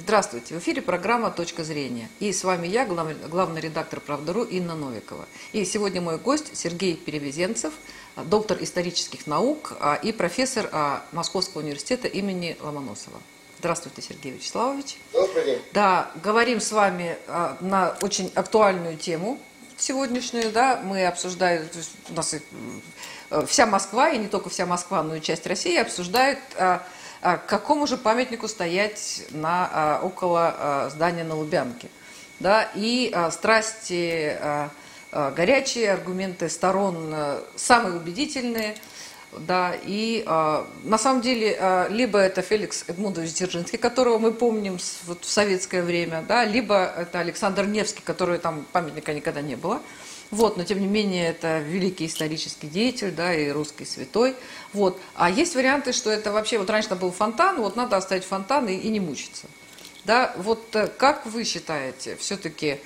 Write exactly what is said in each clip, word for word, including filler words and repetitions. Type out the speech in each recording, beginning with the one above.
Здравствуйте, в эфире программа «Точка зрения». И с вами я, главный, главный редактор «Правда.ру» Инна Новикова. И сегодня мой гость Сергей Перевезенцев, доктор исторических наук и профессор Московского университета имени Ломоносова. Здравствуйте, Сергей Вячеславович. Добрый день. Да, говорим с вами на очень актуальную тему сегодняшнюю. Да, мы обсуждаем, у нас вся Москва, и не только вся Москва, но и часть России обсуждает, к какому же памятнику стоять на, около здания на Лубянке. Да, и страсти горячие, аргументы сторон самые убедительные. Да, и на самом деле либо это Феликс Эдмундович Дзержинский, которого мы помним вот, в советское время, да, либо это Александр Невский, который там памятника никогда не было. Вот, но тем не менее это великий исторический деятель, да, и русский святой. Вот. А есть варианты, что это вообще, вот раньше был фонтан, вот надо оставить фонтан и, и не мучиться. Да, вот как вы считаете, все-таки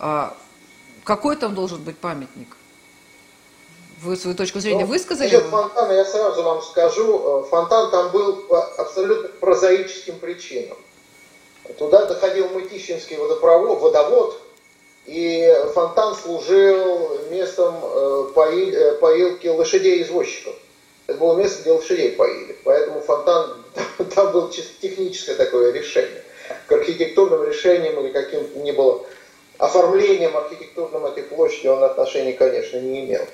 какой там должен быть памятник? Вы свою точку зрения ну, высказали? Насчет фонтана я сразу вам скажу, фонтан там был по абсолютно прозаическим причинам. Туда доходил Мытищинский водопровод, водовод, и фонтан служил местом поил, поилки лошадей-извозчиков. Это было место, где лошадей поили. Поэтому фонтан, там было чисто техническое такое решение. К архитектурным решениям или каким-то ни было оформлением архитектурным этой площади он отношения, конечно, не имел.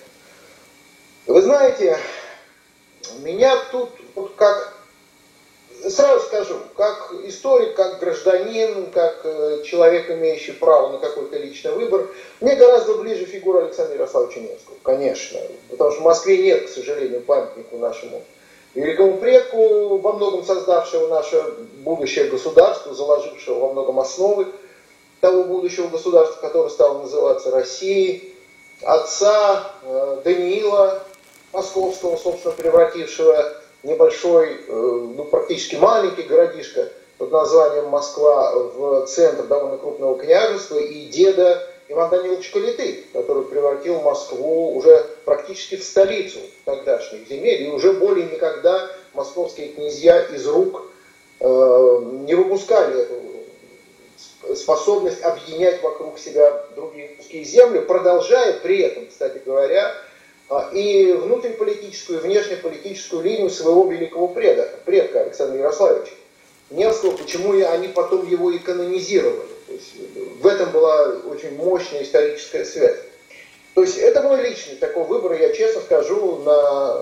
Вы знаете, меня тут, вот как, сразу скажу, как историк, как гражданин, как человек, имеющий право на какой-то личный выбор, мне гораздо ближе фигура Александра Ярославовича Невского, конечно. Потому что в Москве нет, к сожалению, памятника нашему великому предку, во многом создавшего наше будущее государство, заложившего во многом основы того будущего государства, которое стало называться Россией, отца э, Даниила Московского, собственно, превратившего небольшой, ну, практически маленький городишко под названием Москва в центр довольно крупного княжества, и деда Ивана Даниловича Калиты, который превратил Москву уже практически в столицу тогдашних земель, и уже более никогда московские князья из рук э, не выпускали эту способность объединять вокруг себя другие русские земли, продолжая при этом, кстати говоря, и внутриполитическую, и внешнеполитическую линию своего великого преда, предка Александра Ярославича Невского, почему и они потом его и канонизировали. То есть в этом была очень мощная историческая связь. То есть это мой личный такой выбор, я честно скажу, на,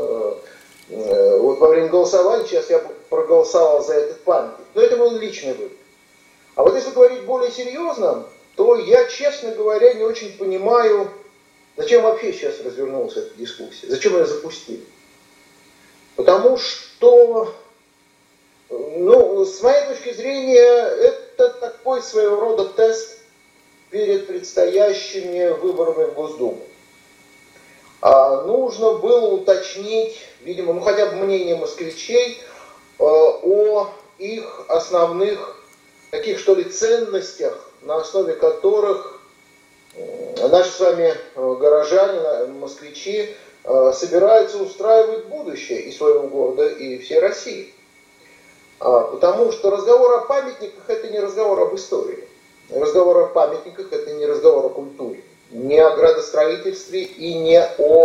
вот во время голосования, сейчас я проголосовал за этот памятник, но это мой личный выбор. А вот если говорить более серьезно, то я, честно говоря, не очень понимаю, зачем вообще сейчас развернулась эта дискуссия? Зачем ее запустили? Потому что, ну, с моей точки зрения, это такой своего рода тест перед предстоящими выборами в Госдуму. А нужно было уточнить, видимо, ну хотя бы мнение москвичей э, о их основных таких, что ли, ценностях, на основе которых наши с вами горожане, москвичи собираются устраивать будущее и своего города, и всей России. Потому что разговор о памятниках – это не разговор об истории. Разговор о памятниках – это не разговор о культуре, не о градостроительстве и не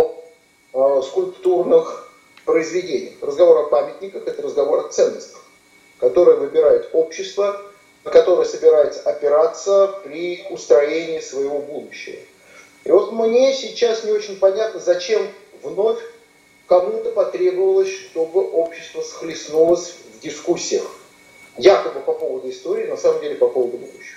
о скульптурных произведениях. Разговор о памятниках – это разговор о ценностях, которые выбирает общество, на который собирается опираться при устроении своего будущего. И вот мне сейчас не очень понятно, зачем вновь кому-то потребовалось, чтобы общество схлестнулось в дискуссиях. Якобы по поводу истории, на самом деле по поводу будущего.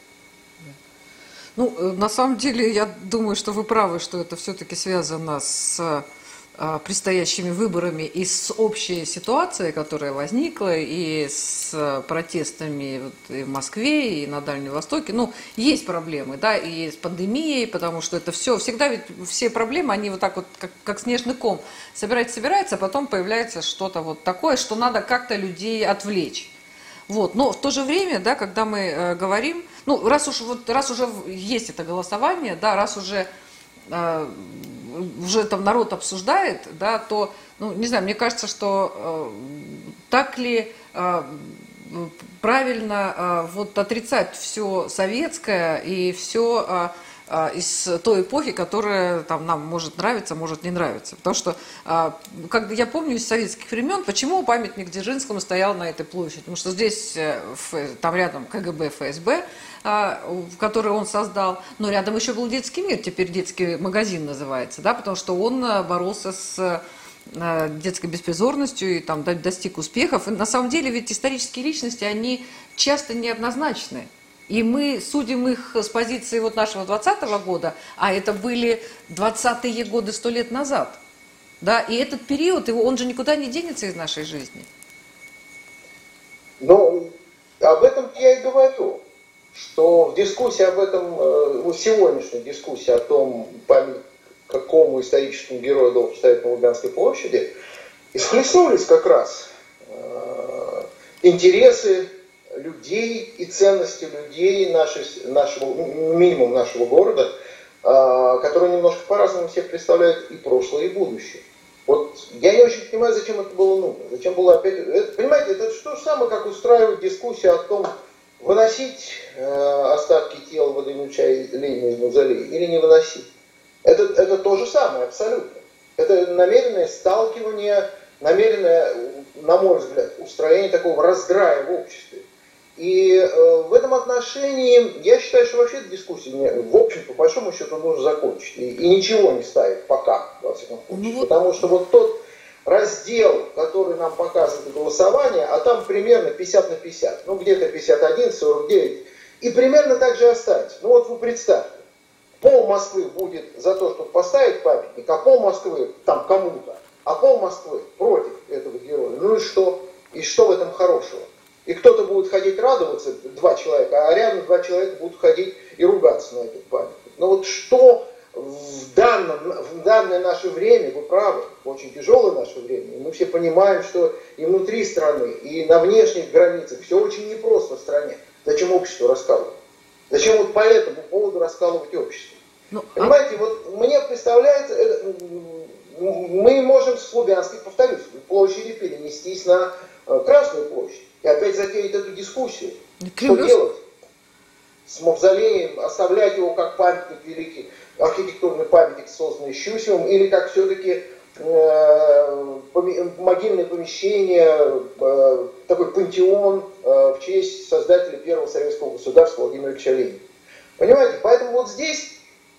Ну, на самом деле, я думаю, что вы правы, что это все-таки связано с предстоящими выборами и с общей ситуацией, которая возникла, и с протестами и в Москве, и на Дальнем Востоке. Ну, есть проблемы, да, и с пандемией, потому что это все, всегда ведь все проблемы, они вот так вот, как, как снежный ком, собирается, собирается, а потом появляется что-то вот такое, что надо как-то людей отвлечь. Вот. Но в то же время, да, когда мы э, говорим, ну, раз уж, вот, раз уже есть это голосование, да, раз уже э, уже там народ обсуждает, да, то, ну, не знаю, мне кажется, что э, так ли э, правильно вот отрицать все советское и все из той эпохи, которая там, нам может нравиться, может не нравиться. Потому что, как я помню из советских времен, почему памятник Дзержинскому стоял на этой площади? Потому что здесь, там рядом КГБ, ФСБ, который он создал, но рядом еще был детский мир, теперь детский магазин называется, да, потому что он боролся с детской беспризорностью и там достиг успехов. И на самом деле ведь исторические личности, они часто неоднозначны. И мы судим их с позиции вот нашего двадцатого года, а это были двадцатые годы сто лет назад. Да? И этот период, его, он же никуда не денется из нашей жизни. Ну, об этом я и говорю, что в дискуссии об этом, в сегодняшней дискуссии о том, память какому историческому герою должен стоять на Лубянской площади, исхлестнулись как раз э, интересы людей и ценности людей нашей, нашего, минимум нашего города, э, которые немножко по-разному себе представляют и прошлое, и будущее. Вот я не очень понимаю, зачем это было нужно. Зачем было опять... Это, понимаете, это то же самое, как устраивать дискуссию о том, выносить э, остатки тела Владимира Ленина из мавзолея или не выносить. Это, это то же самое, абсолютно. Это намеренное сталкивание, намеренное, на мой взгляд, устроение такого раздрая в обществе. И э, в этом отношении я считаю, что вообще эта дискуссия, в общем, по большому счету, нужно закончить. И, и ничего не ставить пока, во всяком случае. Ну, потому что вот тот раздел, который нам показывает голосование, а там примерно пятьдесят на пятьдесят, ну где-то пятьдесят один, сорок девять, и примерно так же останется. Ну вот вы представьте. Пол Москвы будет за то, чтобы поставить памятник, а пол Москвы там кому-то, а пол Москвы против этого героя. Ну и что? И что в этом хорошего? И кто-то будет ходить радоваться, два человека, а рядом два человека будут ходить и ругаться на этот памятник. Но вот что в, данном, в данное наше время, вы правы, очень тяжелое наше время, и мы все понимаем, что и внутри страны, и на внешних границах все очень непросто в стране. Зачем общество раскалывать? Зачем вот по этому поводу раскалывать общество? Ну, понимаете, а... вот мне представляется, это, мы можем с Лубянской, повторюсь, площади перенестись на э, Красную площадь и опять затеять эту дискуссию. Что делать с мавзолеем, оставлять его как памятник великий, архитектурный памятник, созданный Щусевым, или как все-таки э, могильное помещение, э, такой пантеон э, в честь создателя первого советского государства Владимира Ильича Ленина. Понимаете, поэтому вот здесь,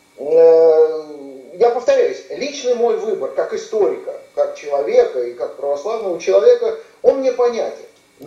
э, я повторяюсь, личный мой выбор как историка, как человека и как православного человека, он мне понятен.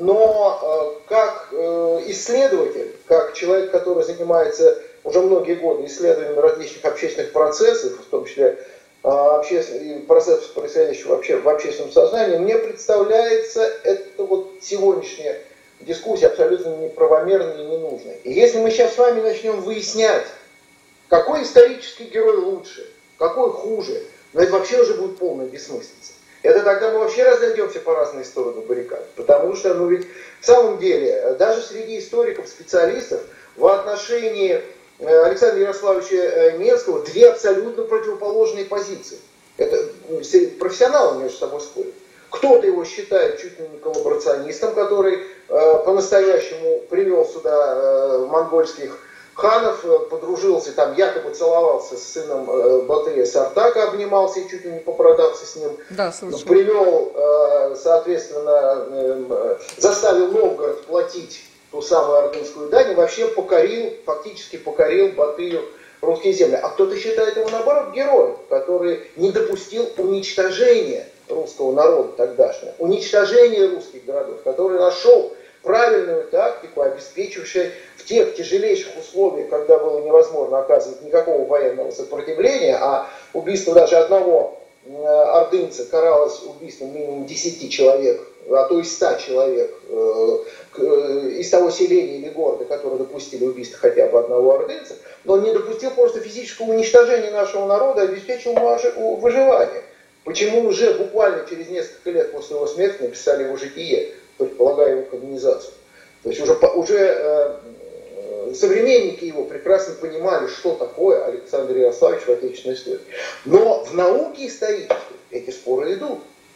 Но э, как э, исследователь, как человек, который занимается уже многие годы исследованием различных общественных процессов, в том числе общественных процессов, происходящих вообще в общественном сознании, мне представляется эта вот сегодняшняя дискуссия абсолютно неправомерной и ненужной. И если мы сейчас с вами начнем выяснять, какой исторический герой лучше, какой хуже, но это вообще уже будет полная бессмыслица. Это тогда мы вообще разойдемся по разные стороны баррикад. Потому что, ну ведь в самом деле, даже среди историков, специалистов, в отношении Александра Ярославовича Менского две абсолютно противоположные позиции. Это профессионалы между собой спорят. Кто-то его считает чуть ли не коллаборационистом, который э, по-настоящему привел сюда э, монгольских ханов, э, подружился, там якобы целовался с сыном э, Батыя Сартака, обнимался и чуть ли не попродался с ним. Да, привел, э, соответственно, э, заставил Новгород платить ту самую ордынскую дань и вообще покорил, фактически покорил Батыю русские земли. А кто-то считает его, наоборот, героем, который не допустил уничтожения русского народа тогдашнего, уничтожения русских городов, который нашел правильную тактику, обеспечившую в тех тяжелейших условиях, когда было невозможно оказывать никакого военного сопротивления, а убийство даже одного ордынца каралось убийством минимум десяти человек, а то и ста человек э, э, из того селения или города, которые допустили убийство хотя бы одного ордынца, но он не допустил просто физического уничтожения нашего народа, обеспечил выживание. Почему уже буквально через несколько лет после его смерти написали его житие, предполагая его канонизацию. То есть уже, уже э, современники его прекрасно понимали, что такое Александр Ярославович в отечественной истории. Но в науке исторической эти споры идут.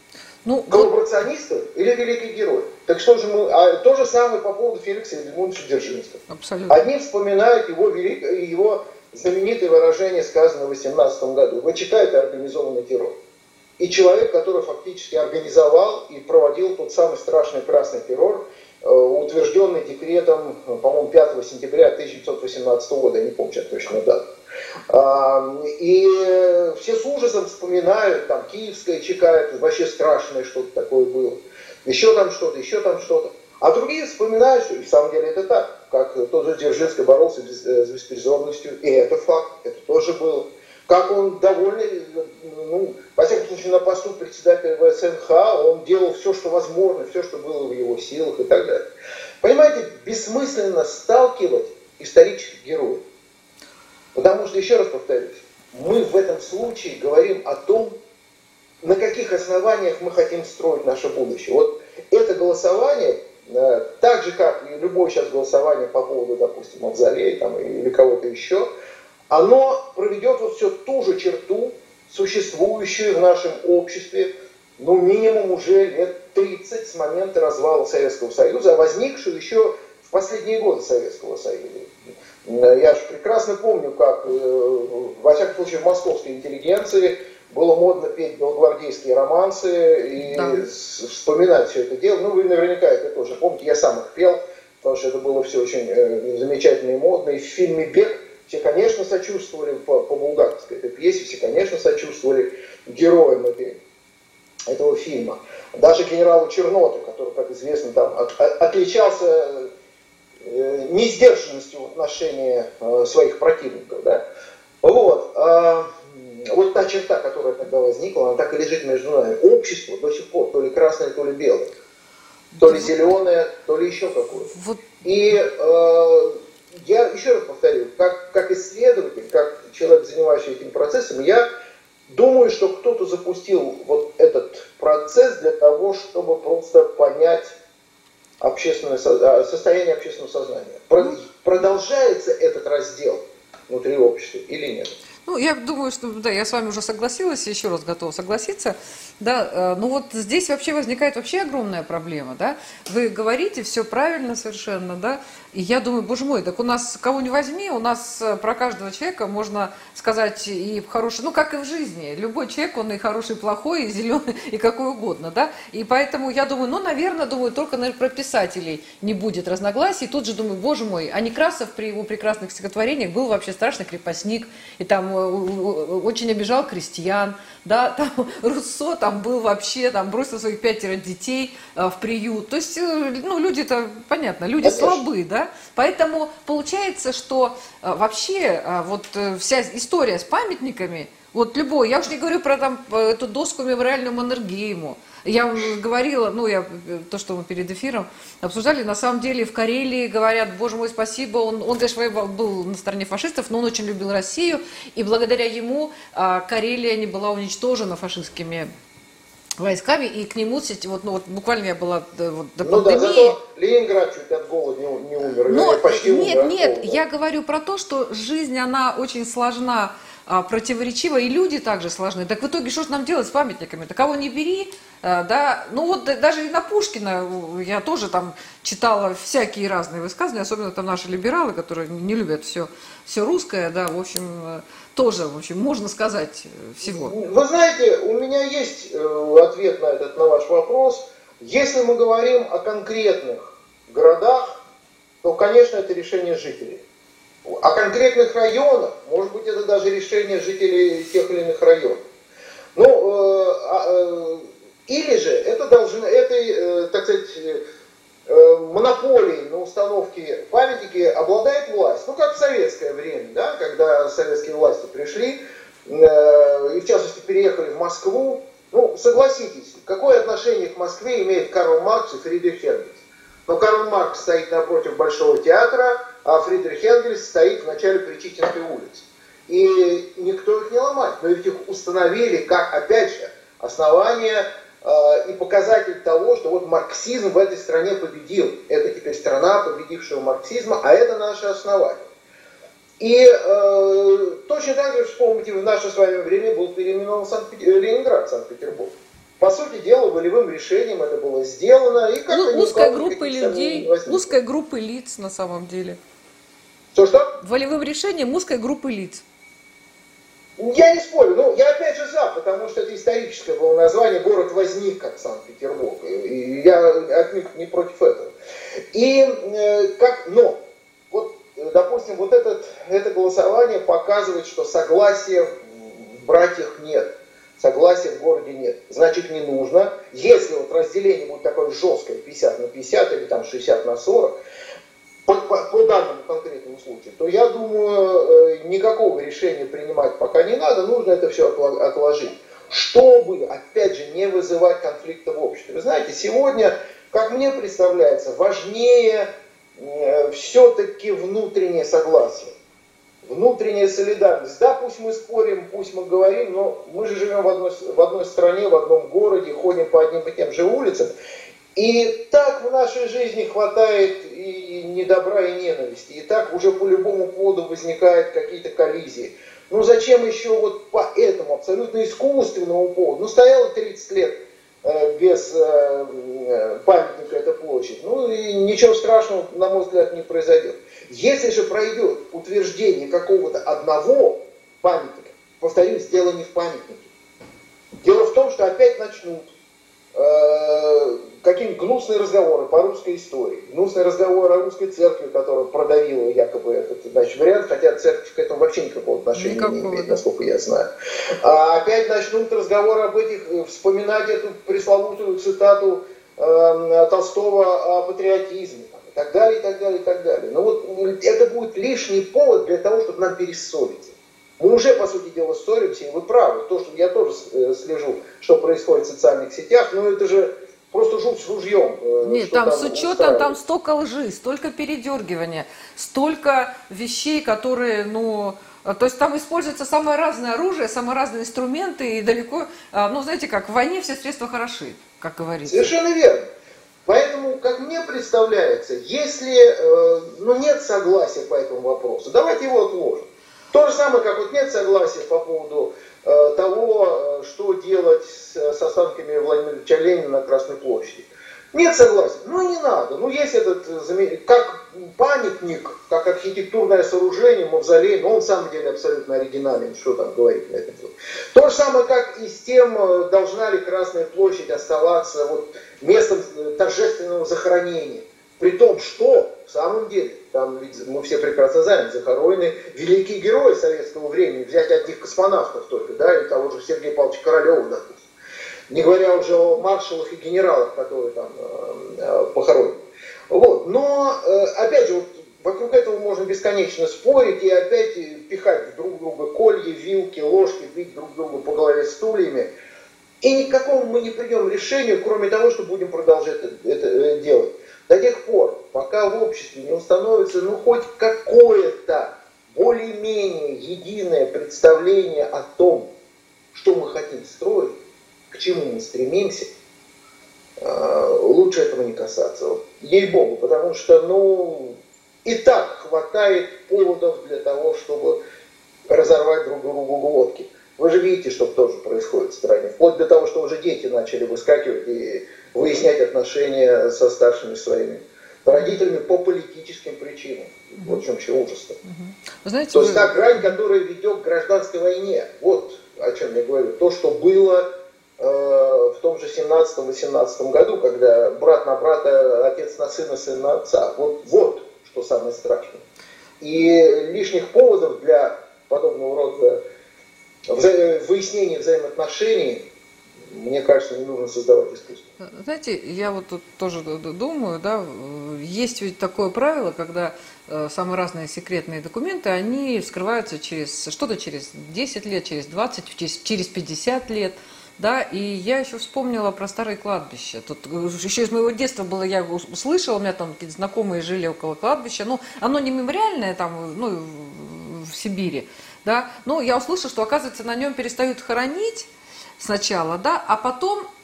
Ну, коллаборационистов вот... или великий герой? Так что же мы... А то же самое по поводу Феликса Эдмундовича Дзержинского. Абсолютно. Одни вспоминают его, велик... его знаменитое выражение, сказанное в восемнадцатом году. Вы читаете организованный террор. И человек, который фактически организовал и проводил тот самый страшный красный террор, утвержденный декретом, по-моему, пятого сентября тысяча девятьсот восемнадцатого года, я не помню сейчас точно дату. И все с ужасом вспоминают, там, Киевская ЧК, это вообще страшное что-то такое было. Еще там что-то, еще там что-то. А другие вспоминают, что и в самом деле это так, как тот же Дзержинский боролся с беспризорностью, и это факт, это тоже было. Как он довольно, ну, во всяком случае, на посту председателя вэ эс эн ха, он делал все, что возможно, все, что было в его силах и так далее. Понимаете, бессмысленно сталкивать исторических героев. Потому что, еще раз повторюсь, мы в этом случае говорим о том, на каких основаниях мы хотим строить наше будущее. Вот это голосование, так же, как и любое сейчас голосование по поводу, допустим, мавзолея там, или кого-то еще, оно проведет вот все ту же черту, существующую в нашем обществе, ну, минимум уже лет тридцать с момента развала Советского Союза, а возникшую еще в последние годы Советского Союза. Я же прекрасно помню, как, во всяком случае, в московской интеллигенции было модно петь белогвардейские романсы и да. вспоминать все это дело. Ну, вы наверняка это тоже помните, я сам их пел, потому что это было все очень замечательно и модно. И в фильме «Бег» все, конечно, сочувствовали по, по булгаковской этой пьесе, все, конечно, сочувствовали героям этой, этого фильма. Даже генералу Черноту, который, как известно, там от, от, отличался э, несдержанностью в отношении э, своих противников. Да? Вот. А, вот та черта, которая тогда возникла, она так и лежит между нами. Общество до сих пор то ли красное, то ли белое. То ли зеленое, то ли еще какое-то. Вот. И э, я еще раз повторю, как, как исследователь, как человек, занимающийся этим процессом, я думаю, что кто-то запустил вот этот процесс для того, чтобы просто понять общественное, состояние общественного сознания. Продолжается этот раздел внутри общества или нет? Ну, я думаю, что, да, я с вами уже согласилась, еще раз готова согласиться, да, ну вот здесь вообще возникает вообще огромная проблема, да, вы говорите все правильно совершенно, да, и я думаю, боже мой, так у нас, кого не возьми, у нас про каждого человека можно сказать и хороший, ну, как и в жизни, любой человек, он и хороший, и плохой, и зеленый, и какой угодно, да, и поэтому я думаю, ну, наверное, думаю, только, наверное, про писателей не будет разногласий, тут же думаю, боже мой, а Некрасов при его прекрасных стихотворениях был вообще страшный крепостник, и там очень обижал крестьян, да, там Руссо там был вообще, там бросил своих пятеро детей э, в приют, то есть, э, ну, люди-то, понятно, люди это слабы, да, поэтому получается, что э, вообще э, вот э, вся история с памятниками, вот любой, я уж не говорю про там эту доску мемориальную Маннергейму, я вам говорила, ну, я, то, что мы перед эфиром обсуждали, на самом деле в Карелии говорят, боже мой, спасибо, он, он конечно, воевал, был на стороне фашистов, но он очень любил Россию, и благодаря ему а, Карелия не была уничтожена фашистскими войсками, и к нему, вот, ну, вот буквально я была вот, до ну пандемии. Да, зато Ленинград чуть от голода не, не умер, но, почти нет, умер. Нет, голода. Я говорю про то, что жизнь, она очень сложна, противоречиво, и люди также сложны. Так в итоге, что же нам делать с памятниками? Да кого не бери, да, ну вот даже и на Пушкина я тоже там читала всякие разные высказывания, особенно там наши либералы, которые не любят все, все русское, да, в общем, тоже, в общем, можно сказать всего. Вы знаете, у меня есть ответ на этот, на ваш вопрос. Если мы говорим о конкретных городах, то, конечно, это решение жителей. О конкретных районах, может быть, это даже решение жителей тех или иных районов. Ну, э, э, или же это должно, этой, э, так сказать, э, монополией на установки памятники обладает власть. Ну, как в советское время, да, когда советские власти пришли, э, и в частности переехали в Москву. Ну, согласитесь, какое отношение к Москве имеет Карл Маркс и Фридрих Энгельс? Но Карл Маркс стоит напротив Большого театра, а Фридрих Энгельс стоит в начале Причистинской улицы. И никто их не ломает, но ведь их установили как, опять же, основание э, и показатель того, что вот марксизм в этой стране победил. Это теперь страна победившего марксизма, а это наше основание. И э, точно так же, вспомните, в наше с вами время был переименован Санкт- Ленинград в Санкт-Петербург. по сути дела, волевым решением это было сделано. И как-то Ну, узкая группа людей, узкая группа лиц на самом деле. Что-что? Волевым решением узкой группы лиц. Я не спорю, ну, я опять же за, потому что это историческое было название, город возник как Санкт-Петербург, и я отнюдь не против этого. И э, как, но, вот, допустим, вот этот, это голосование показывает, что согласия в братьях нет, согласия в городе нет, значит не нужно. Если вот разделение будет такое жесткое, пятьдесят на пятьдесят или там шестьдесят на сорок, По, по, по данному конкретному случаю, то я думаю, никакого решения принимать пока не надо, нужно это все отложить, чтобы, опять же, не вызывать конфликта в обществе. Вы знаете, сегодня, как мне представляется, важнее все-таки внутреннее согласие, внутренняя солидарность. Да, пусть мы спорим, пусть мы говорим, но мы же живем в одной, в одной стране, в одном городе, ходим по одним и тем же улицам. И так в нашей жизни хватает и недобра, и ненависти. И так уже по любому поводу возникают какие-то коллизии. Ну зачем еще вот по этому абсолютно искусственному поводу? Ну стояла тридцать лет э, без э, памятника эта площадь. Ну и ничего страшного, на мой взгляд, не произойдет. Если же пройдет утверждение какого-то одного памятника, повторюсь, дело не в памятнике. Дело в том, что опять начнут какие-нибудь гнусные разговоры по русской истории, гнусные разговоры о русской церкви, которая продавила якобы этот, значит, вариант, хотя церковь к этому вообще никакого отношения никакого, не имеет, насколько я знаю. А опять начнут разговоры об этих, вспоминать эту пресловутую цитату э, Толстого о патриотизме, там, и так далее, и так далее, и так далее. Но вот это будет лишний повод для того, чтобы нам перессориться. Мы уже, по сути дела, ссоримся, и вы правы. То, что я тоже слежу, что происходит в социальных сетях, ну это же просто жуть с ружьем. Нет, там, там с учетом, там столько лжи, столько передергивания, столько вещей, которые, ну, то есть там используется самое разное оружие, самые разные инструменты, и далеко, ну, знаете как, в войне все средства хороши, как говорится. Совершенно верно. Поэтому, как мне представляется, если, ну, нет согласия по этому вопросу, давайте его отложим. То же самое, как вот нет согласия по поводу э, того, что делать с, с останками Владимира Ильича Ленина на Красной площади. Нет согласия, ну не надо. Ну есть этот, как памятник, как архитектурное сооружение, мавзолей, но он в самом деле абсолютно оригинален, что там говорить на этом деле. То же самое, как и с тем, должна ли Красная площадь оставаться вот, местом торжественного захоронения. При том, что в самом деле, там ведь мы все прекрасно знаем, захоронены великие герои советского времени, взять одних космонавтов только, да, и того же Сергея Павловича Королева, допустим. Не говоря уже о маршалах и генералах, которые там э, похоронены. Вот. Но, э, опять же, вот, вокруг этого можно бесконечно спорить и опять пихать друг друга колья, вилки, ложки, бить друг друга по голове стульями. И ни к какому мы не придем решению, кроме того, что будем продолжать это, это делать. До тех пор, пока в обществе не установится ну хоть какое-то более-менее единое представление о том, что мы хотим строить, к чему мы стремимся, лучше этого не касаться. Ей-богу, потому что ну, и так хватает поводов для того, чтобы разорвать друг другу глотки. Вы же видите, что тоже происходит в стране. Вплоть до того, что уже дети начали выскакивать и выяснять отношения со старшими своими родителями по политическим причинам. Вот в чем еще ужас-то. Вы знаете, То вы... есть та грань, которая ведет к гражданской войне. Вот о чем я говорю. То, что было э, в том же семнадцатом-восемнадцатом году, когда брат на брата, отец на сына, сын на отца. Вот, вот что самое страшное. И лишних поводов для подобного рода вза- выяснения взаимоотношений, мне кажется, не нужно создавать искусство. Знаете, я вот тут тоже думаю, да, есть ведь такое правило, когда э, самые разные секретные документы, они вскрываются через что-то через десять лет, через двадцать, через, через пятьдесят лет, да, и я еще вспомнила про старые кладбища. Тут еще из моего детства было, я услышала, у меня там какие-то знакомые жили около кладбища, ну, оно не мемориальное там, ну, в Сибири, да, но я услышала, что, оказывается, на нем перестают хоронить сначала, да, а потом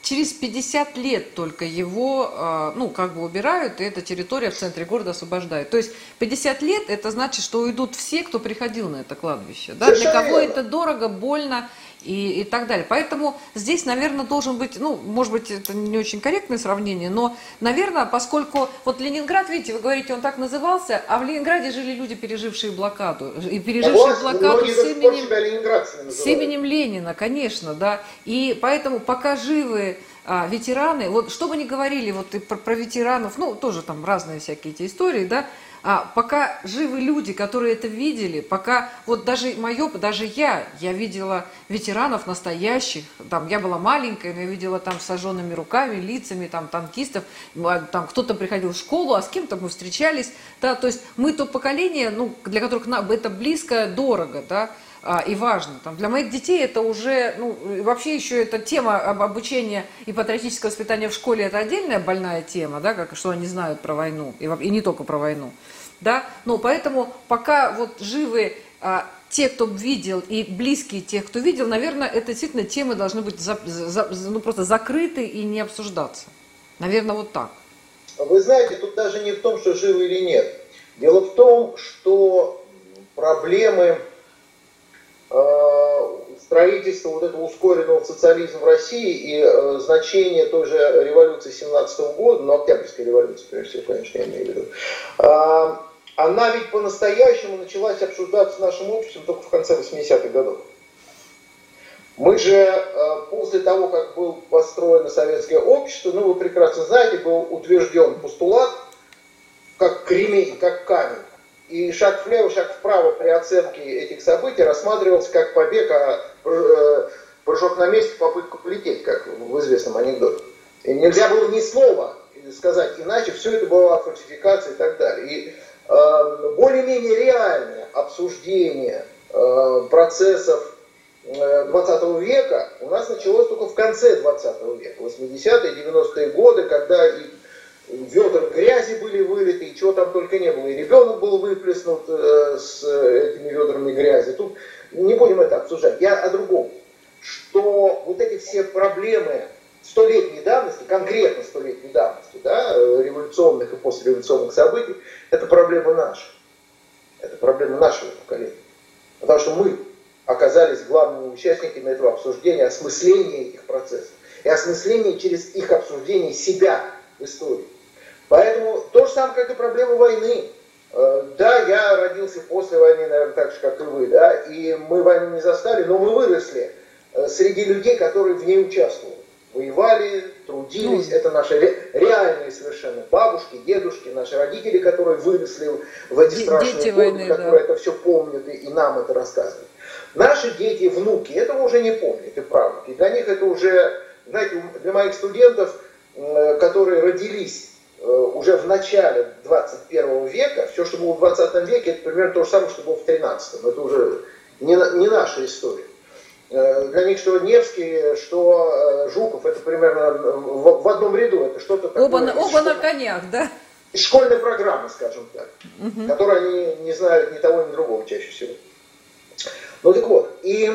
через пятьдесят лет только его, ну, как бы убирают, и эта территория в центре города освобождают. То есть пятьдесят лет, это значит, что уйдут все, кто приходил на это кладбище. Да? Для кого это дорого, больно и, и так далее. Поэтому здесь, наверное, должен быть, ну, может быть, это не очень корректное сравнение, но, наверное, поскольку, вот Ленинград, видите, вы говорите, он так назывался, а в Ленинграде жили люди, пережившие блокаду, и пережившие а блокаду с именем, с именем Ленина, конечно, да, и поэтому пока живы а, ветераны, вот что бы ни говорили вот и про, про ветеранов, ну, тоже там разные всякие эти истории, да, а пока живы люди, которые это видели, пока, вот даже мое, даже я, я видела ветеранов настоящих, там, я была маленькая, но я видела там с сожженными руками, лицами, там, танкистов, там, кто-то приходил в школу, а с кем-то мы встречались, да, то есть мы то поколение, ну, для которых нам это близко, дорого, да, и важно. Там, для моих детей это уже, ну, вообще еще эта тема об обучения и патриотического воспитания в школе, это отдельная больная тема, да, как, что они знают про войну, и, и не только про войну, да, но поэтому пока вот живы а, те, кто видел, и близкие тех, кто видел, наверное, это действительно темы должны быть за, за, ну, просто закрыты и не обсуждаться. Наверное, вот так. Вы знаете, тут даже не в том, что живы или нет. Дело в том, что проблемы строительство вот этого ускоренного социализма в России и э, значение той же революции семнадцатого года, ну, Октябрьской революции, прежде всего, конечно, я имею в виду, э, она ведь по-настоящему началась обсуждаться нашим обществом только в конце восьмидесятых годов. Мы же э, после того, как было построено советское общество, ну, вы прекрасно знаете, был утвержден постулат, как кремень, как камень. И шаг влево, шаг вправо при оценке этих событий рассматривался как побег, а прыжок на месте, попытка полететь, как в известном анекдоте. И нельзя было ни слова сказать, иначе все это была фальсификация и так далее. И э, более-менее реальное обсуждение э, процессов двадцатого века у нас началось только в конце двадцатого века, восьмидесятые, девяностые годы, когда и ведра грязи были вылиты, и чего там только не было. И ребенок был выплеснут э, с этими ведрами грязи. Тут не будем это обсуждать. Я о другом. Что вот эти все проблемы столетней давности, конкретно столетней давности, да, революционных и послереволюционных событий, это проблема наша. Это проблема нашего поколения. Потому что мы оказались главными участниками этого обсуждения, осмысления этих процессов. И осмысления через их обсуждение себя в истории. Поэтому то же самое, как и проблема войны. Да, я родился после войны, наверное, так же, как и вы, да, и мы войну не застали, но мы выросли среди людей, которые в ней участвовали. Воевали, трудились, это наши ре, реальные совершенно бабушки, дедушки, наши родители, которые выросли в эти страшные годы, войны, которые да. это все помнят и, и нам это рассказывают. Наши дети, внуки этого уже не помнят, и правнуки. Для них это уже, знаете, для моих студентов, которые родились уже в начале двадцать первого века, все, что было в двадцатом веке, это примерно то же самое, что было в тринадцатом. Это уже не, не наша история. Для них что Невский, что Жуков, это примерно в, в одном ряду. Это что-то такое. Оба, на, оба на конях, да? Из школьной программы, скажем так, угу. которой они не знают ни того, ни другого чаще всего. Ну так вот, и,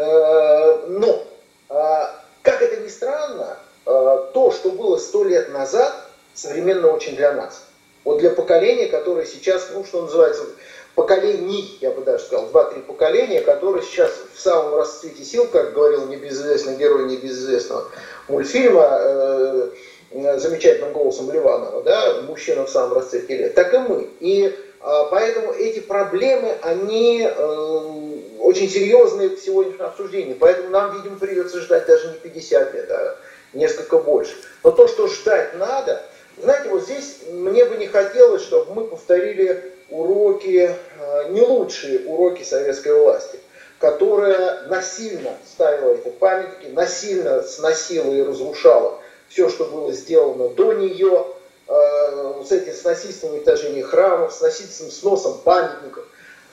э, но, э, как это ни странно, э, то, что было сто лет назад, современно очень для нас. Вот для поколения, которое сейчас, ну что называется, поколений, я бы даже сказал, два-три поколения, которые сейчас в самом расцвете сил, как говорил небезызвестный герой небезызвестного мультфильма, э, замечательным голосом Ливанова, да, мужчина в самом расцвете лет, так и мы. И э, поэтому эти проблемы, они э, очень серьезные в сегодняшнем обсуждении. Поэтому нам, видимо, придется ждать даже не пятьдесят лет, а несколько больше. Но то, что ждать надо, знаете, вот здесь мне бы не хотелось, чтобы мы повторили уроки, не лучшие уроки советской власти, которая насильно ставила эти памятники, насильно сносила и разрушала все, что было сделано до нее, с этим с насильственным уничтожением храмов, с насильственным сносом памятников.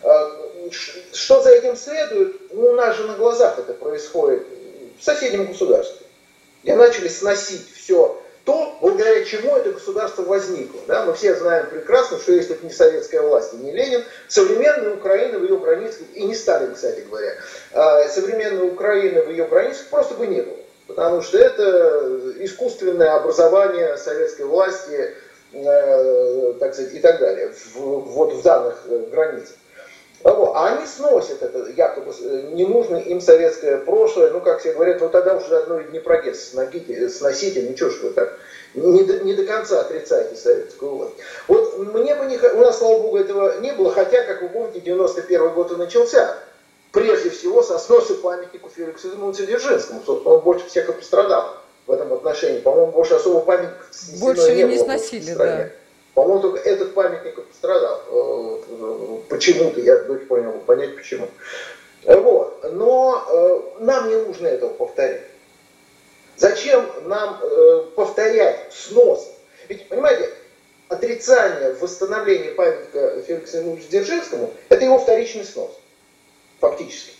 Что за этим следует? Ну, у нас же на глазах это происходит в соседнем государстве, где начали сносить все то, благодаря чему это государство возникло. Да? Мы все знаем прекрасно, что если бы не советская власть и не Ленин, современная Украина в ее границах, и не Сталин, кстати говоря, современная Украина в ее границах просто бы не было. потому что это искусственное образование советской власти, э, так сказать, и так далее, в, вот в данных границах. А они сносят это якобы ненужное им советское прошлое, ну, как все говорят, ну тогда уже одно и Днепрогэс сносите, ничего, что вы так не до, не до конца отрицаете советскую власть. Вот мне бы не... У нас, слава богу, этого не было, хотя, как вы помните, девяносто первый год и начался. Прежде всего со сноса памятнику Феликсу Эдмундовичу Дзержинскому. Собственно, он больше всех и пострадал в этом отношении. По-моему, больше особо памятника больше не, не было сносили, в стране. Да. По-моему, только этот памятник и пострадал. Почему-то, я до сих пор не могу понять, почему. Вот. Но э, нам не нужно этого повторять. Зачем нам э, повторять снос? Ведь, понимаете, отрицание восстановления памятника Феликсу Эдмундовичу Дзержинскому – это его вторичный снос. Фактически.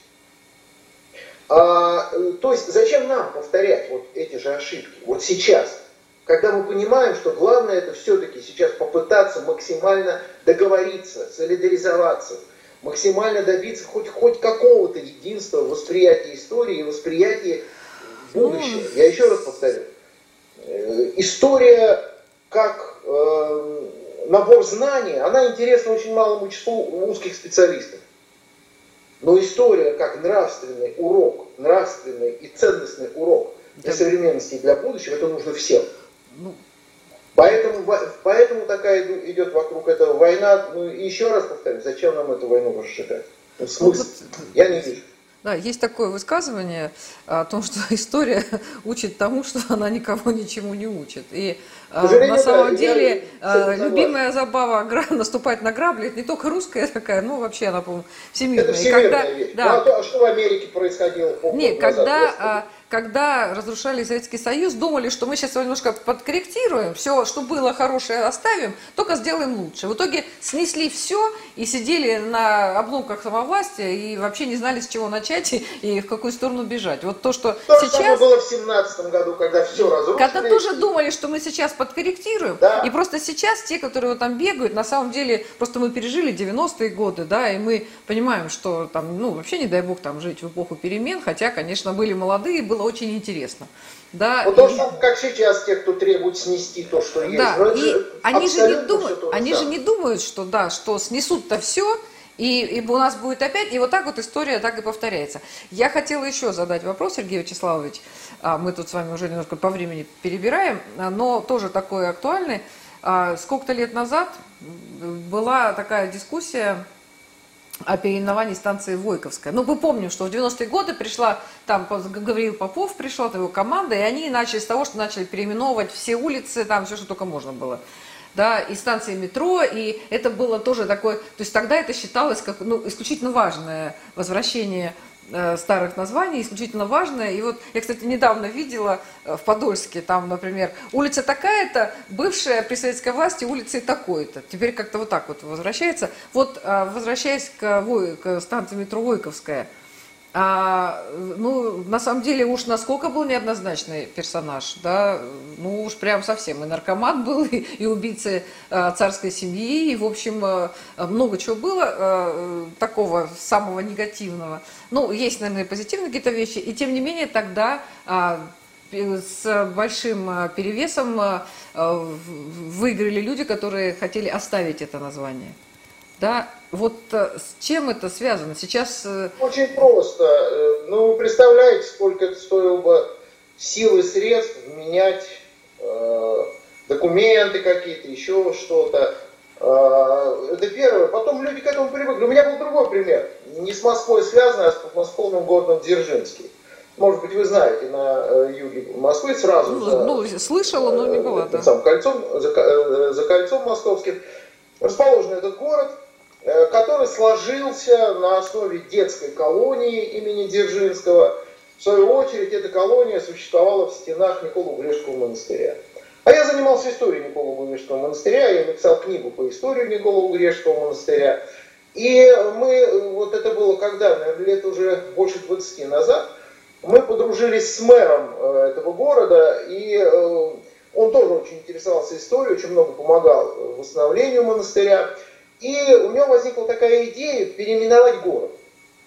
А, то есть, зачем нам повторять вот эти же ошибки? Вот сейчас, когда мы понимаем, что главное это все-таки сейчас попытаться максимально договориться, солидаризоваться, максимально добиться хоть, хоть какого-то единства в восприятии истории и восприятии будущего. Я еще раз повторю. История как э, набор знаний, она интересна очень малому числу узких специалистов. Но история как нравственный урок, нравственный и ценностный урок для современности и для будущего, это нужно всем. Ну. Поэтому, поэтому такая идет вокруг этого война. Ну и еще раз повторю, зачем нам эту войну разжигать? Ну, смысл? Ну, я не вижу. Да, есть такое высказывание о том, что история учит тому, что она никого ничему не учит. И на самом да, деле я, любимая забава наступать на грабли, это не только русская такая, но вообще она, по-моему, всемирная. Это всемирная когда, вещь. Да, ну, а, то, а что в Америке происходило? Нет, когда, когда разрушали Советский Союз, думали, что мы сейчас его немножко подкорректируем, все, что было хорошее, оставим, только сделаем лучше. В итоге снесли все и сидели на обломках самовластия и вообще не знали, с чего начать и, и в какую сторону бежать. Вот то, что то, сейчас... что было в семнадцатом году, когда все разрушили. Когда тоже думали, что мы сейчас подкорректируем, да. И просто сейчас те, которые вот там бегают, на самом деле, просто мы пережили девяностые годы, да, и мы понимаем, что там, ну, вообще не дай бог там жить в эпоху перемен, хотя, конечно, были молодые, было очень интересно. Да, вот и... то, что, как сейчас те, кто требует снести то, что есть. Да, но и они же не думают, они же не думают, что да, что снесут-то все, и, и у нас будет опять, и вот так вот история так и повторяется. Я хотела еще задать вопрос, Сергей Вячеславович, мы тут с вами уже немножко по времени перебираем, но тоже такой актуальный. Сколько-то лет назад была такая дискуссия о переименовании станции Войковская. Ну, мы помним, что в девяностые годы пришла, там Гавриил Попов, пришла его команда, и они начали с того, что начали переименовывать все улицы, там все, что только можно было. Да, и станции метро, и это было тоже такое, то есть тогда это считалось как, ну, исключительно важное возвращение э, старых названий, исключительно важное. И вот я, кстати, недавно видела э, в Подольске, там, например, улица такая-то, бывшая при советской власти улицей такой-то. Теперь как-то вот так вот возвращается. Вот, э, возвращаясь к, Вой, к станции метро Войковская, А, ну, на самом деле, уж насколько был неоднозначный персонаж, да, ну, уж прям совсем и наркоман был, и, и убийца э, царской семьи, и, в общем, э, много чего было э, такого самого негативного. Ну, есть, наверное, позитивные какие-то вещи, и, тем не менее, тогда э, с большим перевесом э, выиграли люди, которые хотели оставить это название. Да, вот с чем это связано? Сейчас... Очень просто. Ну, вы представляете, сколько это стоило бы сил и средств менять э, документы какие-то, еще что-то. Э, это первое. Потом люди к этому привыкли. У меня был другой пример. Не с Москвой связанный, а с подмосковным городом Дзержинский. Может быть, вы знаете, на юге Москвы сразу ну, за... Ну, слышала, но не была, да. Сам кольцом, за, за кольцом московским расположен этот город, который сложился на основе детской колонии имени Дзержинского. В свою очередь, эта колония существовала в стенах Николо-Угрешского монастыря. А я занимался историей Николо-Угрешского монастыря, я написал книгу по истории Николо-Угрешского монастыря. И мы, вот это было когда, наверное, лет уже больше двадцати назад, мы подружились с мэром этого города, и он тоже очень интересовался историей, очень много помогал восстановлению монастыря. И у него возникла такая идея переименовать город.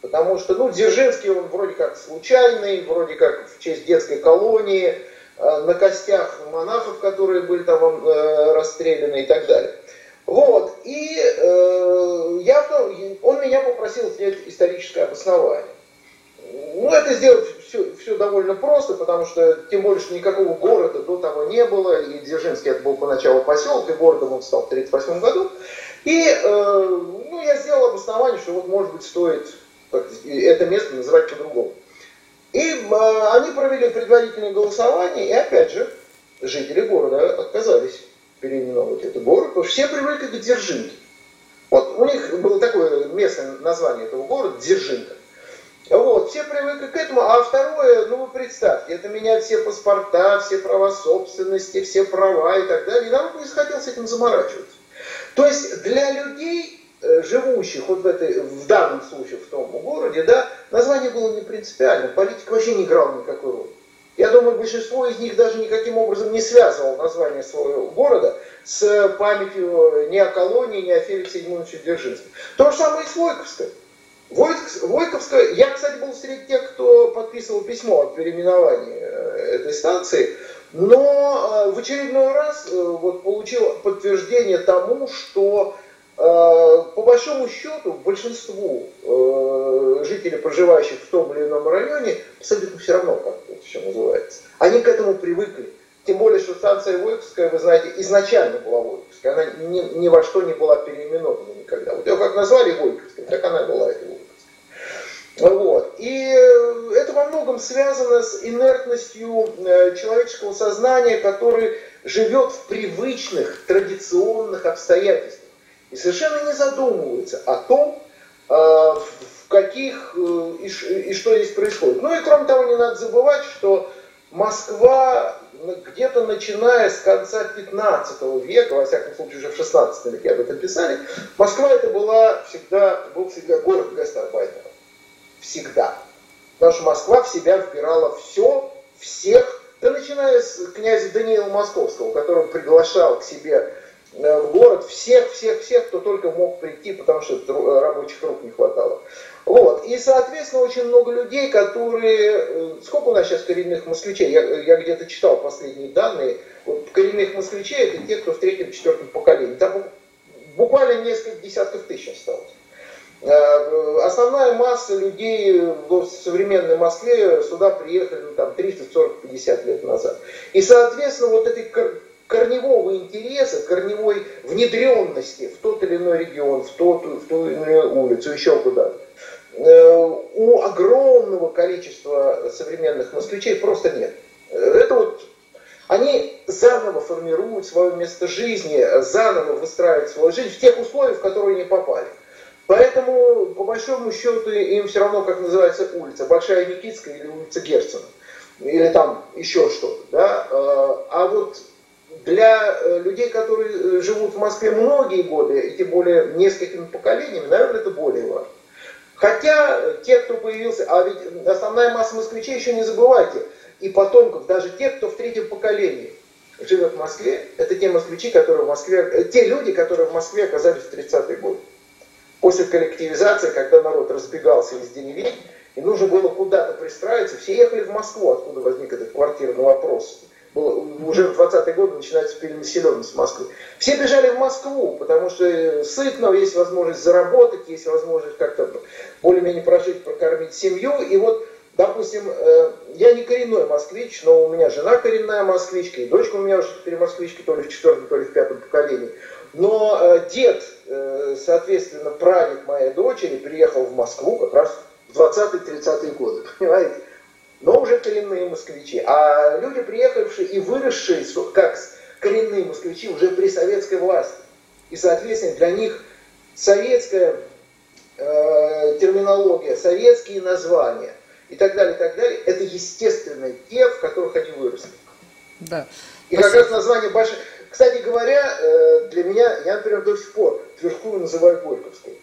Потому что, ну, Дзержинский, он вроде как случайный, вроде как в честь детской колонии, на костях монахов, которые были там э, расстреляны и так далее. Вот, и э, я, он меня попросил сделать историческое обоснование. Ну, это сделать все, все довольно просто, потому что, тем более, что никакого города до того не было, и Дзержинский это был поначалу поселок, и городом он стал в тысяча девятьсот тридцать восьмом году. И э, ну, я сделал обоснование, что вот, может быть, стоит это место называть по-другому. И э, они провели предварительное голосование, и опять же, жители города отказались переименовывать этот город, потому что все привыкли к Дзержинке. Вот у них было такое местное название этого города, Дзержинка. Вот, все привыкли к этому, а второе, ну вы представьте, это менять все паспорта, все права собственности, все права и так далее, и народ не захотел с этим заморачиваться. То есть для людей, живущих вот в, этой, в данном случае в том городе, да, название было не принципиально, политика вообще не играла никакой роли. Я думаю, большинство из них даже никаким образом не связывало название своего города с памятью ни о колонии, ни о Феликсе Едмундовиче Дзержинском. То же самое и с Войковской. Войковская, я, кстати, был среди тех, кто подписывал письмо о переименовании этой станции, но в очередной раз вот, получил подтверждение тому, что по большому счету большинству жителей, проживающих в том или ином районе, абсолютно все равно, как это все называется. Они к этому привыкли. Тем более, что станция Войковская, вы знаете, изначально была Войковская. Она ни, ни во что не была переименована никогда. Вот ее как назвали Войковской, так она была этой Войковской. Вот. И это во многом связано с инертностью человеческого сознания, который живет в привычных, традиционных обстоятельствах. И совершенно не задумывается о том, в каких и что здесь происходит. Ну и кроме того, не надо забывать, что Москва где-то начиная с конца пятнадцатого века, во всяком случае уже в шестнадцатом веке об этом писали, Москва это была всегда, был всегда город гастарбайтеров. Всегда. Потому что Москва в себя вбирала все, всех, да начиная с князя Даниила Московского, которого приглашал к себе в город всех-всех-всех, кто только мог прийти, потому что рабочих рук не хватало. Вот. И, соответственно, очень много людей, которые... Сколько у нас сейчас коренных москвичей? Я, я где-то читал последние данные. Вот коренных москвичей это те, кто в третьем-четвертом поколении. Там буквально несколько десятков тысяч осталось. Основная масса людей в современной Москве сюда приехали ну, там, тридцать, сорок, пятьдесят лет назад. И, соответственно, вот этой корневого интереса, корневой внедренности в тот или иной регион, в ту, в ту или иную улицу, еще куда-то, у огромного количества современных москвичей просто нет. Это вот они заново формируют свое место жизни, заново выстраивают свою жизнь в тех условиях, в которые они попали. Поэтому, по большому счету, им все равно, как называется улица, Большая Никитская или улица Герцена, или там еще что-то. Да? А вот для людей, которые живут в Москве многие годы, и тем более несколькими поколениями, наверное, это более важно. Хотя те, кто появился, а ведь основная масса москвичей, еще не забывайте, и потомков, даже те, кто в третьем поколении живет в Москве, это те москвичи, которые в Москве, те люди, которые в Москве оказались в тридцатые годы. После коллективизации, когда народ разбегался из деревень, и нужно было куда-то пристраиваться, все ехали в Москву, откуда возник этот квартирный вопрос. Было, уже в двадцатые годы начинается перенаселенность Москвы. Все бежали в Москву, потому что сытно, есть возможность заработать, есть возможность как-то более-менее прожить, прокормить семью. И вот, допустим, я не коренной москвич, но у меня жена коренная москвичка, и дочка у меня уже теперь москвичка, то ли в четвертом, то ли в пятом поколении. Но дед, соответственно, прадед моей дочери, приехал в Москву как раз в двадцатые-тридцатые годы, понимаете? Но уже коренные москвичи. А люди, приехавшие и выросшие как коренные москвичи уже при советской власти. И, соответственно, для них советская э, терминология, советские названия и так далее, и так далее, это естественные те, в которых они выросли. Да. И как раз название большое. Кстати говоря, для меня, я, например, до сих пор Тверскую называю Горьковской.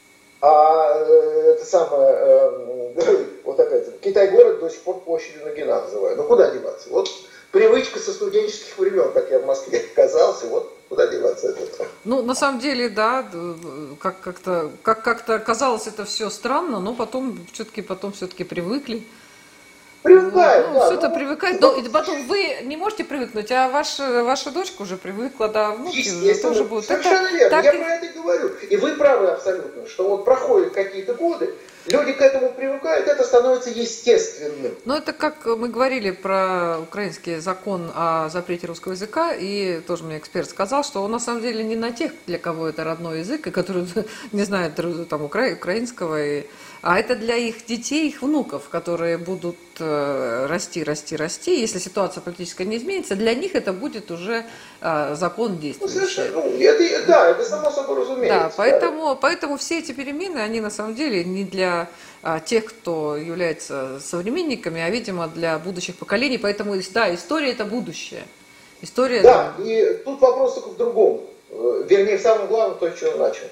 А это самое, вот опять, Китай-город до сих пор площадью Нагина называю. Ну куда деваться? Вот привычка со студенческих времен, как я в Москве оказался, вот Куда деваться от этого? Ну, на самом деле, да, как как-то как как-то казалось это все странно, но потом все-таки потом все-таки привыкли. Привыкаем, Ну, да. все это Ну, привыкает. Но и вот, потом вы не можете привыкнуть, а ваша, ваша дочка уже привыкла, да, внуки уже естественно, тоже будут. совершенно Это, верно. так Я и- про это и говорю. И вы правы абсолютно, что вот проходят какие-то годы, люди к этому привыкают, это становится естественным. Ну, это как мы говорили про украинский закон о запрете русского языка, и тоже мне эксперт сказал, что он на самом деле не на тех, для кого это родной язык, и которые не знают там укра- украинского, и- а это для их детей, их внуков, которые будут э, расти, расти, расти. Если ситуация политическая не изменится, для них это будет уже э, закон Ну, действующий. совершенно, ну, это, да, это само собой разумеется. Да, поэтому, поэтому все эти перемены, они на самом деле не для а, тех, кто является современниками, а, видимо, для будущих поколений. Поэтому, да, история – это будущее. История Да, это... и тут вопрос только в другом. Э, Вернее, в самом главном, то, с чего я начал.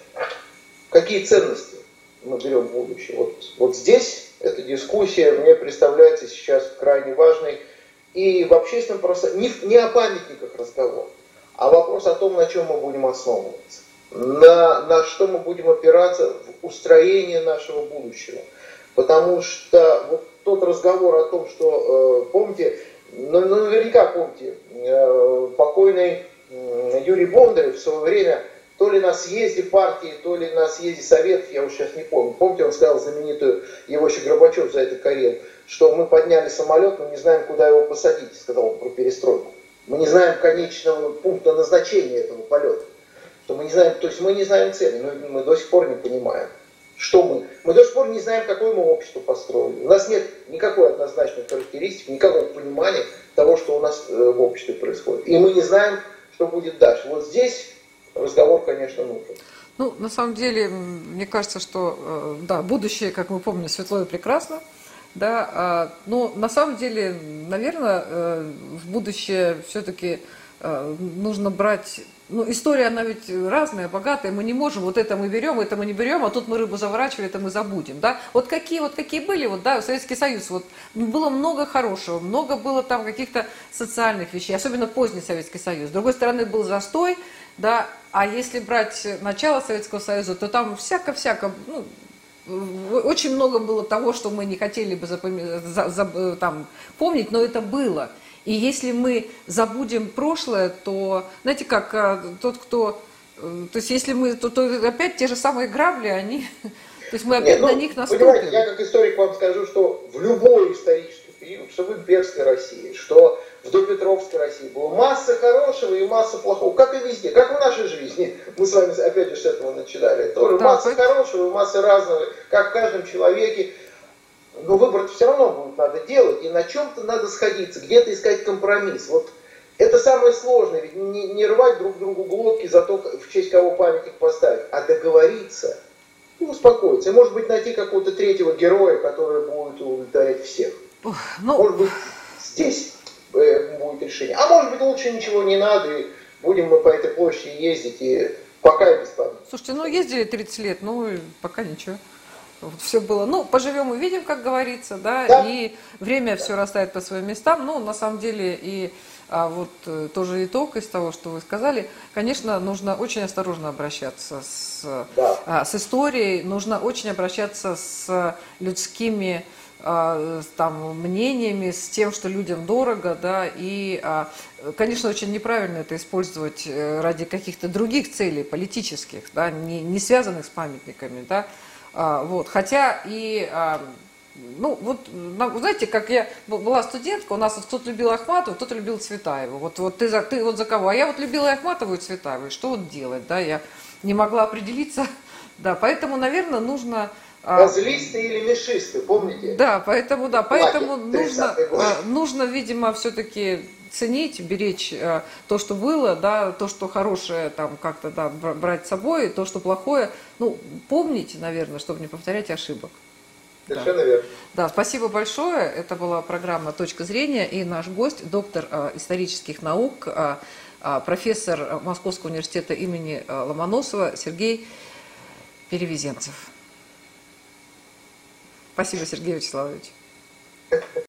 Какие ценности мы берем в будущее? Вот, вот здесь эта дискуссия мне представляется сейчас крайне важной. И в общественном пространстве, не, не о памятниках разговор, а вопрос о том, на чем мы будем основываться. На, на что мы будем опираться в устроении нашего будущего. Потому что вот тот разговор о том, что, э, помните, ну, ну, наверняка помните, э, покойный э, Юрий Бондарев в свое время, то ли на съезде партии, то ли на съезде Советов, я уже сейчас не помню. Помните, он сказал знаменитую, его еще Горбачев за это корил, что мы подняли самолет, но не знаем, куда его посадить, сказал он про перестройку. Мы не знаем конечного пункта назначения этого полета. Что мы не знаем, то есть мы не знаем цели, но мы до сих пор не понимаем, что мы. Мы до сих пор не знаем, какое мы общество построили. У нас нет никакой однозначной характеристики, никакого понимания того, что у нас в обществе происходит. И мы не знаем, что будет дальше. Вот здесь разговор, конечно, нужен. Ну, на самом деле, мне кажется, что, да, будущее, как мы помним, светло и прекрасно. Да, но на самом деле, наверное, в будущее все-таки нужно брать... Ну, история, она ведь разная, богатая, мы не можем, вот это мы берем, это мы не берем, а тут мы рыбу заворачивали, это мы забудем, да. Вот какие вот какие были, вот, да, Советский Союз, вот, было много хорошего, много было там каких-то социальных вещей, особенно поздний Советский Союз. С другой стороны, был застой, да, а если брать начало Советского Союза, то там всяко-всяко, ну, очень много было того, что мы не хотели бы запоми- за, за, там, помнить, но это было. И если мы забудем прошлое, то, знаете, как тот, кто... То есть, если мы... То, то опять те же самые грабли, они... То есть, мы опять Нет, ну, на них наступим. Понимаете, я как историк вам скажу, что в любой исторический период, что в имперской России, что в допетровской России, было масса хорошего и масса плохого, как и везде, как в нашей жизни. Мы с вами опять же с этого начинали. Тоже Да, масса поэтому... хорошего и масса разного, как в каждом человеке. Но выбор все равно будет надо делать, и на чем-то надо сходиться, где-то искать компромисс. Вот это самое сложное, ведь не, не рвать друг другу глотки за то, в честь кого памятник поставить, а договориться и успокоиться. И, может быть, найти какого-то третьего героя, который будет удовлетворять всех. Ох, ну... Может быть, здесь э, будет решение. А может быть, лучше ничего не надо, и будем мы по этой площади ездить, и пока и без памяти. Слушайте, ну ездили тридцать лет, ну пока ничего. Вот все было. Ну, поживем увидим, как говорится, да, Да. И время все расставит по своим местам. Ну, на самом деле, и а, вот э, тоже итог из того, что вы сказали, конечно, нужно очень осторожно обращаться с, Да. а, с историей, нужно очень обращаться с людскими а, с, там, мнениями, с тем, что людям дорого, да, и, а, конечно, очень неправильно это использовать ради каких-то других целей, политических, да, не, не связанных с памятниками, да. А, вот, хотя и, а, ну, вот, знаете, как я была студентка, у нас вот кто-то любил Ахматову, кто-то любил Цветаеву. Вот, вот ты, за, ты вот за кого? А я вот любила и Ахматову, и Цветаеву. И что вот делать, да? Я не могла определиться, да, поэтому, наверное, нужно... Козлисты или мешисты, помните? Да, поэтому, да, поэтому Лагерь, нужно, нужно, видимо, все-таки ценить, беречь э, то, что было, да, то, что хорошее, там, как-то, да, брать с собой, то, что плохое, ну, помнить, наверное, чтобы не повторять ошибок. Совершенно Да. верно. Да, спасибо большое. Это была программа «Точка зрения», и наш гость, доктор э, исторических наук, э, э, профессор Московского университета имени э, Ломоносова Сергей Перевезенцев. Спасибо, Сергей Вячеславович.